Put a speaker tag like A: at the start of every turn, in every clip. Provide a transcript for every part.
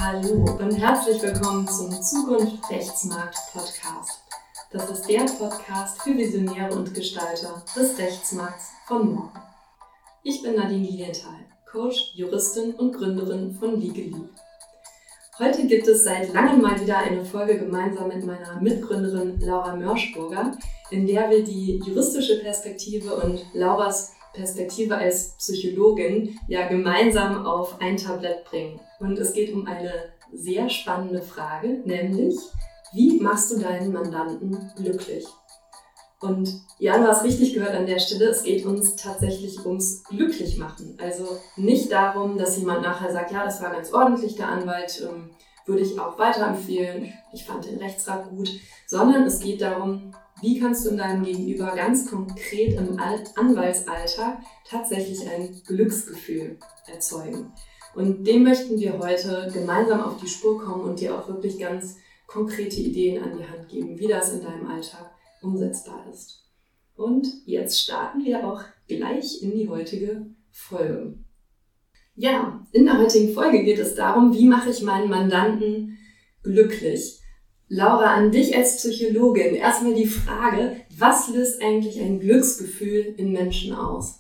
A: Hallo und herzlich willkommen zum Zukunft Rechtsmarkt Podcast. Das ist der Podcast für Visionäre und Gestalter des Rechtsmarkts von morgen. Ich bin Nadine Lilienthal, Coach, Juristin und Gründerin von Legally. Heute gibt es seit langem mal wieder eine Folge gemeinsam mit meiner Mitgründerin Laura Mörschburger, in der wir die juristische Perspektive und Lauras Perspektive als Psychologin gemeinsam auf ein Tablett bringen. Und es geht um eine sehr spannende Frage, nämlich, wie machst du deinen Mandanten glücklich? Und Jan, du hast richtig gehört an der Stelle, es geht uns tatsächlich ums Glücklichmachen. Also nicht darum, dass jemand nachher sagt, ja, das war ganz ordentlich, der Anwalt, würde ich auch weiterempfehlen, ich fand den Rechtsrat gut, sondern es geht darum, wie kannst du in deinem Gegenüber ganz konkret im Anwaltsalltag tatsächlich ein Glücksgefühl erzeugen? Und dem möchten wir heute gemeinsam auf die Spur kommen und dir auch wirklich ganz konkrete Ideen an die Hand geben, wie das in deinem Alltag umsetzbar ist. Und jetzt starten wir auch gleich in die heutige Folge. Ja, in der heutigen Folge geht es darum, wie mache ich meinen Mandanten glücklich? Laura, an dich als Psychologin erstmal die Frage, was löst eigentlich ein Glücksgefühl in Menschen aus?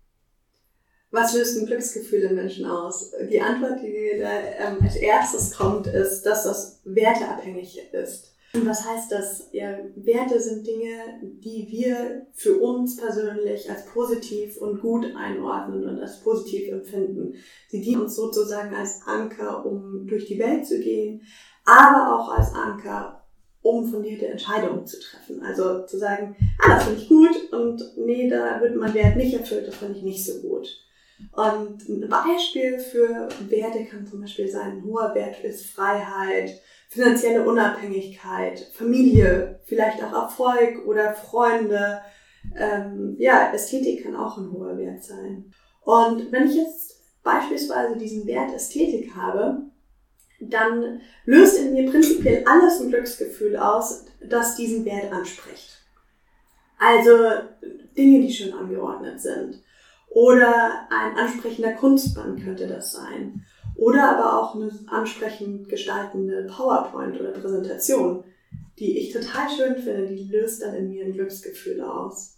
B: Was löst ein Glücksgefühl in Menschen aus? Die Antwort, die mir da als erstes kommt, ist, dass das werteabhängig ist. Und was heißt das? Ja, Werte sind Dinge, die wir für uns persönlich als positiv und gut einordnen und als positiv empfinden. Sie dienen uns sozusagen als Anker, um durch die Welt zu gehen, aber auch als Anker, um fundierte Entscheidungen zu treffen. Also zu sagen, das finde ich gut und nee, da wird mein Wert nicht erfüllt, das finde ich nicht so gut. Und ein Beispiel für Werte kann zum Beispiel sein, ein hoher Wert ist Freiheit, finanzielle Unabhängigkeit, Familie, vielleicht auch Erfolg oder Freunde. Ästhetik kann auch ein hoher Wert sein. Und wenn ich jetzt beispielsweise diesen Wert Ästhetik habe, dann löst in mir prinzipiell alles ein Glücksgefühl aus, das diesen Wert anspricht. Also Dinge, die schön angeordnet sind. Oder ein ansprechender Kunstband könnte das sein. Oder aber auch eine ansprechend gestaltende PowerPoint oder Präsentation, die ich total schön finde, die löst dann in mir ein Glücksgefühl aus.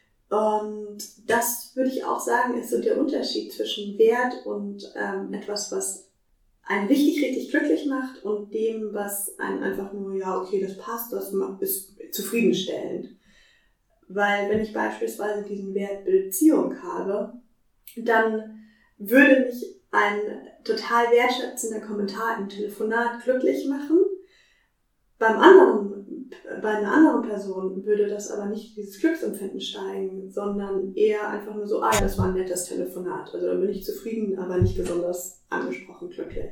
B: Und das würde ich auch sagen, ist so der Unterschied zwischen Wert und etwas, was einen richtig, richtig glücklich macht und dem, was einen einfach nur, ja, okay, das passt, das ist zufriedenstellend. Weil wenn ich beispielsweise diesen Wert Beziehung habe, dann würde mich ein total wertschätzender Kommentar im Telefonat glücklich machen. Bei einer anderen Person würde das aber nicht dieses Glücksempfinden steigen, sondern eher einfach nur so, das war ein nettes Telefonat. Also dann bin ich zufrieden, aber nicht besonders angesprochen glücklich.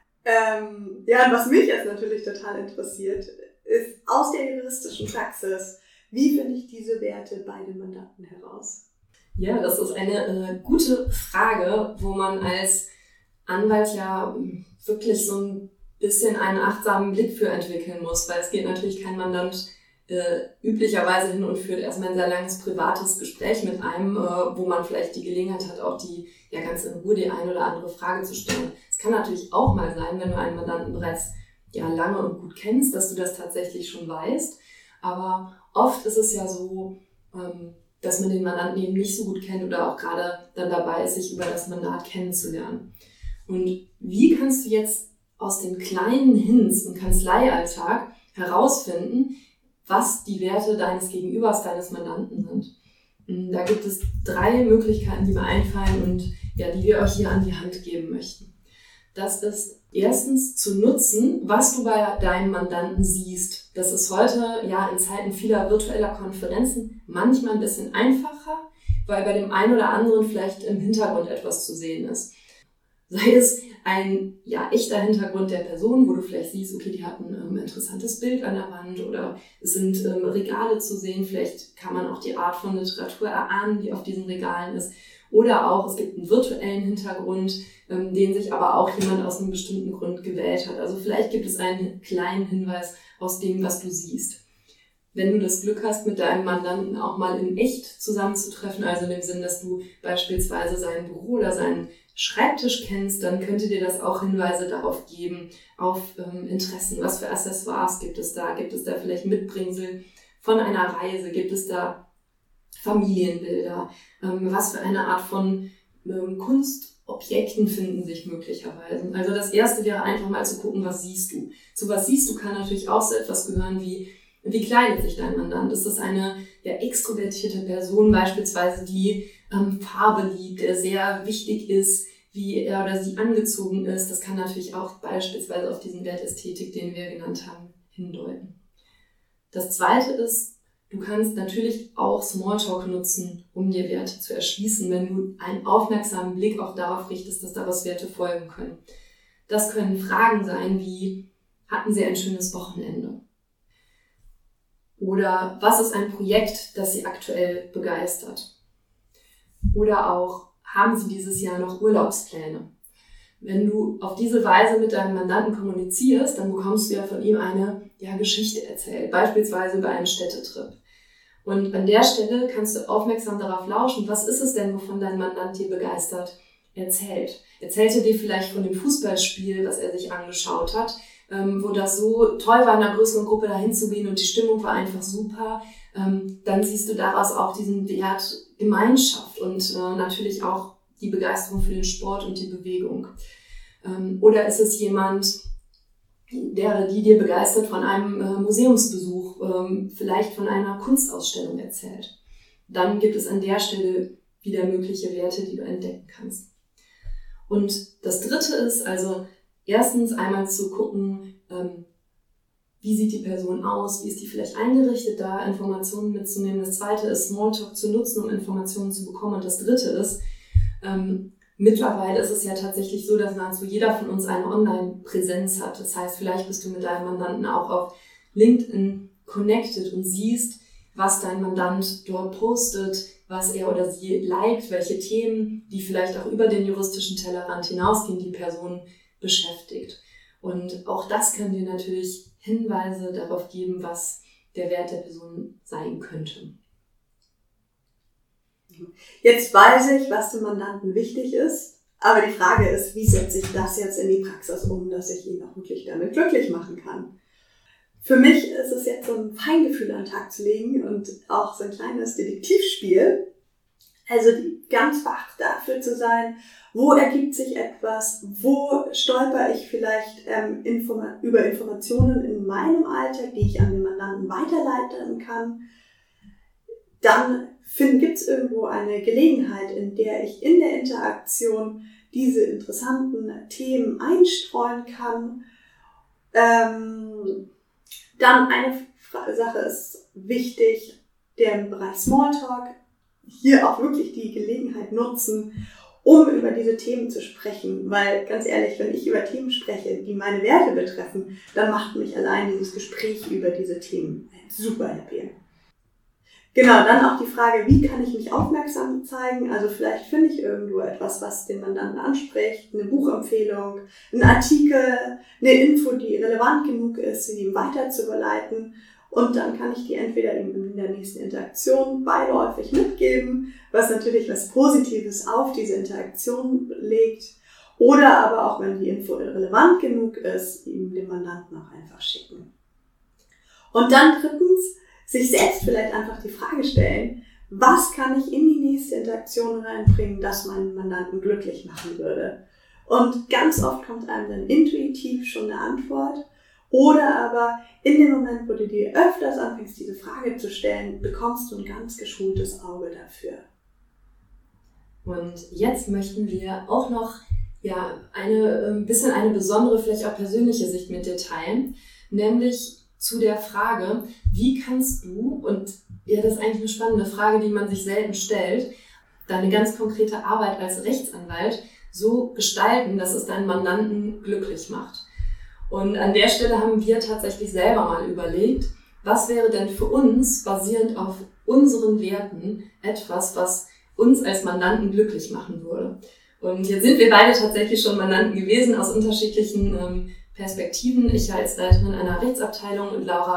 B: Und was mich jetzt natürlich total interessiert, ist aus der juristischen Praxis, wie finde ich diese Werte bei den Mandanten heraus?
A: Ja, das ist eine gute Frage, wo man als Anwalt ja wirklich so ein bisschen einen achtsamen Blick für entwickeln muss, weil es geht natürlich kein Mandant üblicherweise hin und führt erstmal ein sehr langes privates Gespräch mit einem, wo man vielleicht die Gelegenheit hat, auch die ganz in Ruhe die eine oder andere Frage zu stellen. Es kann natürlich auch mal sein, wenn du einen Mandanten bereits lange und gut kennst, dass du das tatsächlich schon weißt, aber oft ist es ja so, dass man den Mandanten eben nicht so gut kennt oder auch gerade dann dabei ist, sich über das Mandat kennenzulernen. Und wie kannst du jetzt aus den kleinen Hints im Kanzleialltag herausfinden, was die Werte deines Gegenübers, deines Mandanten sind? Da gibt es 3 Möglichkeiten, die mir einfallen und die wir euch hier an die Hand geben möchten. Das ist erstens zu nutzen, was du bei deinem Mandanten siehst. Das ist heute in Zeiten vieler virtueller Konferenzen manchmal ein bisschen einfacher, weil bei dem einen oder anderen vielleicht im Hintergrund etwas zu sehen ist. Sei es ein echter Hintergrund der Person, wo du vielleicht siehst, okay, die hat ein interessantes Bild an der Wand oder es sind Regale zu sehen, vielleicht kann man auch die Art von Literatur erahnen, die auf diesen Regalen ist. Oder auch, es gibt einen virtuellen Hintergrund, den sich aber auch jemand aus einem bestimmten Grund gewählt hat. Also vielleicht gibt es einen kleinen Hinweis aus dem, was du siehst. wenn du das Glück hast, mit deinem Mandanten auch mal in echt zusammenzutreffen, also in dem Sinn, dass du beispielsweise sein Büro oder seinen Schreibtisch kennst, dann könnte dir das auch Hinweise darauf geben, auf Interessen. Was für Accessoires gibt es da? Gibt es da vielleicht Mitbringsel von einer Reise? Gibt es da Familienbilder? Was für eine Art von Kunstobjekten finden sich möglicherweise? Also das Erste wäre einfach mal zu gucken, was siehst du? Zu was siehst du kann natürlich auch so etwas gehören wie kleidet sich dein Mandant? Ist das eine extrovertierte Person beispielsweise, die Farbe liebt, der sehr wichtig ist, wie er oder sie angezogen ist? Das kann natürlich auch beispielsweise auf diesen Wert Ästhetik, den wir genannt haben, hindeuten. Das Zweite ist, du kannst natürlich auch Smalltalk nutzen, um dir Werte zu erschließen, wenn du einen aufmerksamen Blick auch darauf richtest, dass daraus Werte folgen können. Das können Fragen sein wie, hatten Sie ein schönes Wochenende? Oder was ist ein Projekt, das Sie aktuell begeistert? Oder auch, haben Sie dieses Jahr noch Urlaubspläne? Wenn du auf diese Weise mit deinem Mandanten kommunizierst, dann bekommst du ja von ihm eine Geschichte erzählt, beispielsweise über einen Städtetrip. Und an der Stelle kannst du aufmerksam darauf lauschen, was ist es denn, wovon dein Mandant dir begeistert erzählt? Erzählt er dir vielleicht von dem Fußballspiel, was er sich angeschaut hat, wo das so toll war, in einer größeren Gruppe dahin zu gehen und die Stimmung war einfach super, dann siehst du daraus auch diesen Wert Gemeinschaft und natürlich auch die Begeisterung für den Sport und die Bewegung. Oder ist es jemand, die dir begeistert von einem Museumsbesuch, vielleicht von einer Kunstausstellung erzählt? Dann gibt es an der Stelle wieder mögliche Werte, die du entdecken kannst. Und das Dritte ist also, erstens einmal zu gucken, wie sieht die Person aus, wie ist die vielleicht eingerichtet, da Informationen mitzunehmen. Das Zweite ist, Smalltalk zu nutzen, um Informationen zu bekommen. Und das Dritte ist, mittlerweile ist es ja tatsächlich so, dass nahezu jeder von uns eine Online-Präsenz hat. Das heißt, vielleicht bist du mit deinem Mandanten auch auf LinkedIn connected und siehst, was dein Mandant dort postet, was er oder sie liked, welche Themen, die vielleicht auch über den juristischen Tellerrand hinausgehen, die Person beschäftigt. Und auch das kann dir natürlich Hinweise darauf geben, was der Wert der Person sein könnte.
B: Jetzt weiß ich, was dem Mandanten wichtig ist, aber die Frage ist, wie setze ich das jetzt in die Praxis um, dass ich ihn auch wirklich damit glücklich machen kann? Für mich ist es jetzt so ein Feingefühl an den Tag zu legen und auch so ein kleines Detektivspiel. Also ganz wach dafür zu sein, wo ergibt sich etwas, wo stolper ich vielleicht über Informationen in meinem Alltag, die ich an den Mandanten weiterleiten kann. Dann gibt es irgendwo eine Gelegenheit, in der ich in der Interaktion diese interessanten Themen einstreuen kann. Dann eine Sache ist wichtig, der im Bereich Smalltalk, hier auch wirklich die Gelegenheit nutzen, um über diese Themen zu sprechen. Weil, ganz ehrlich, wenn ich über Themen spreche, die meine Werte betreffen, dann macht mich allein dieses Gespräch über diese Themen super happy. Genau, dann auch die Frage, wie kann ich mich aufmerksam zeigen? Also vielleicht finde ich irgendwo etwas, was den Mandanten anspricht, eine Buchempfehlung, einen Artikel, eine Info, die relevant genug ist, sie ihm weiter zu überleiten. Und dann kann ich die entweder ihm in der nächsten Interaktion beiläufig mitgeben, was natürlich was Positives auf diese Interaktion legt. Oder aber auch, wenn die Info relevant genug ist, ihm dem Mandanten auch einfach schicken. Und dann drittens, sich selbst vielleicht einfach die Frage stellen, was kann ich in die nächste Interaktion reinbringen, das meinen Mandanten glücklich machen würde. Und ganz oft kommt einem dann intuitiv schon eine Antwort. Oder aber in dem Moment, wo du dir öfters anfängst, diese Frage zu stellen, bekommst du ein ganz geschultes Auge dafür.
A: Und jetzt möchten wir auch noch ein bisschen eine besondere, vielleicht auch persönliche Sicht mit dir teilen, nämlich zu der Frage, wie kannst du, und das ist eigentlich eine spannende Frage, die man sich selten stellt, deine ganz konkrete Arbeit als Rechtsanwalt so gestalten, dass es deinen Mandanten glücklich macht. Und an der Stelle haben wir tatsächlich selber mal überlegt, was wäre denn für uns, basierend auf unseren Werten, etwas, was uns als Mandanten glücklich machen würde. Und jetzt sind wir beide tatsächlich schon Mandanten gewesen aus unterschiedlichen Perspektiven. Ich als Leiterin einer Rechtsabteilung und Laura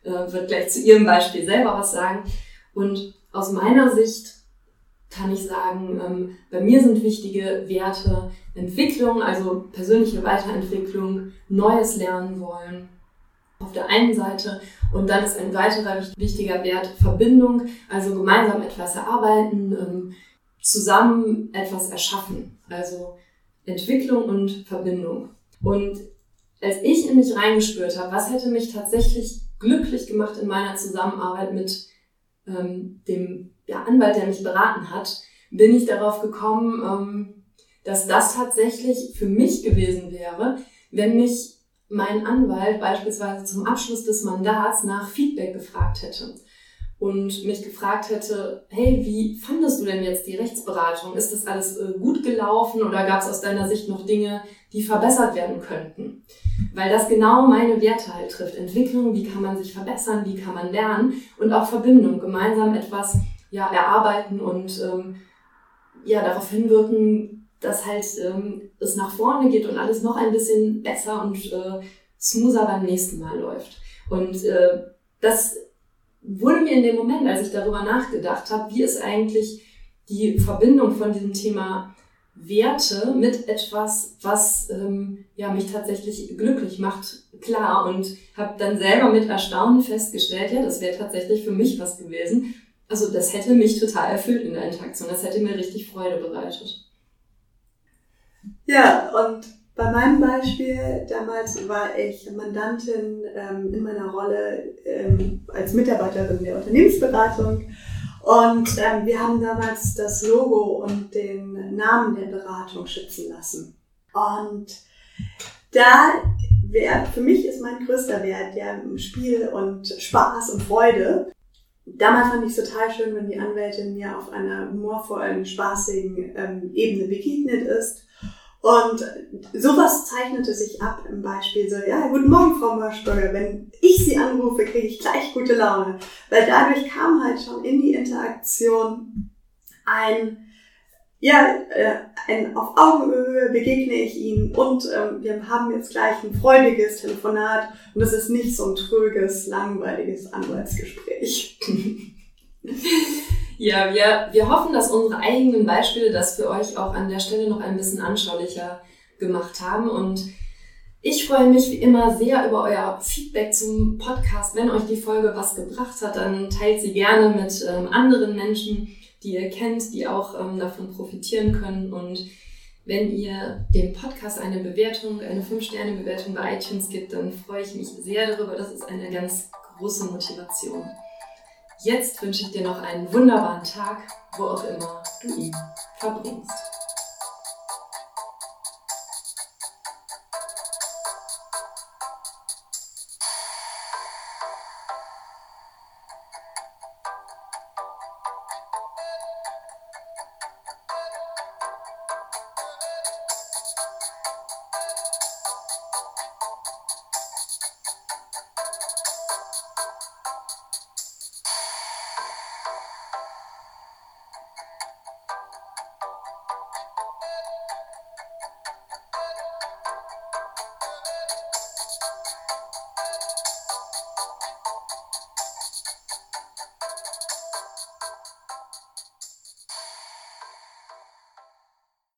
A: wird gleich zu ihrem Beispiel selber was sagen. Und aus meiner Sicht kann ich sagen, bei mir sind wichtige Werte Entwicklung, also persönliche Weiterentwicklung, Neues lernen wollen auf der einen Seite. Und dann ist ein weiterer wichtiger Wert Verbindung, also gemeinsam etwas erarbeiten, zusammen etwas erschaffen, also Entwicklung und Verbindung. Und als ich in mich reingespürt habe, was hätte mich tatsächlich glücklich gemacht in meiner Zusammenarbeit mit dem Anwalt, der mich beraten hat, bin ich darauf gekommen, dass das tatsächlich für mich gewesen wäre, wenn mich mein Anwalt beispielsweise zum Abschluss des Mandats nach Feedback gefragt hätte und mich gefragt hätte, hey, wie fandest du denn jetzt die Rechtsberatung? Ist das alles gut gelaufen oder gab es aus deiner Sicht noch Dinge, die verbessert werden könnten? Weil das genau meine Werte halt trifft. Entwicklung, wie kann man sich verbessern, wie kann man lernen und auch Verbindung, gemeinsam etwas erarbeiten und darauf hinwirken, dass halt es nach vorne geht und alles noch ein bisschen besser und smoother beim nächsten Mal läuft. Und das wurde mir in dem Moment, als ich darüber nachgedacht habe, wie ist eigentlich die Verbindung von diesem Thema Werte mit etwas, was mich tatsächlich glücklich macht, klar. Und habe dann selber mit Erstaunen festgestellt, ja, das wäre tatsächlich für mich was gewesen. Also das hätte mich total erfüllt in der Interaktion. Das hätte mir richtig Freude bereitet.
B: Ja, und bei meinem Beispiel, damals war ich Mandantin in meiner Rolle als Mitarbeiterin der Unternehmensberatung und wir haben damals das Logo und den Namen der Beratung schützen lassen. Und für mich ist mein größter Wert Spiel und Spaß und Freude. Damals fand ich es total schön, wenn die Anwältin mir auf einer humorvollen, spaßigen Ebene begegnet ist. Und sowas zeichnete sich ab im Beispiel so, ja, guten Morgen, Frau Moschberger, wenn ich Sie anrufe, kriege ich gleich gute Laune. Weil dadurch kam halt schon in die Interaktion ein auf Augenhöhe begegne ich Ihnen und wir haben jetzt gleich ein freudiges Telefonat und es ist nicht so ein tröges, langweiliges Anwaltsgespräch.
A: Ja, wir hoffen, dass unsere eigenen Beispiele das für euch auch an der Stelle noch ein bisschen anschaulicher gemacht haben. Und ich freue mich wie immer sehr über euer Feedback zum Podcast. Wenn euch die Folge was gebracht hat, dann teilt sie gerne mit anderen Menschen, die ihr kennt, die auch davon profitieren können. Und wenn ihr dem Podcast eine 5-Sterne-Bewertung bei iTunes gibt, dann freue ich mich sehr darüber. Das ist eine ganz große Motivation. Jetzt wünsche ich dir noch einen wunderbaren Tag, wo auch immer du ihn verbringst.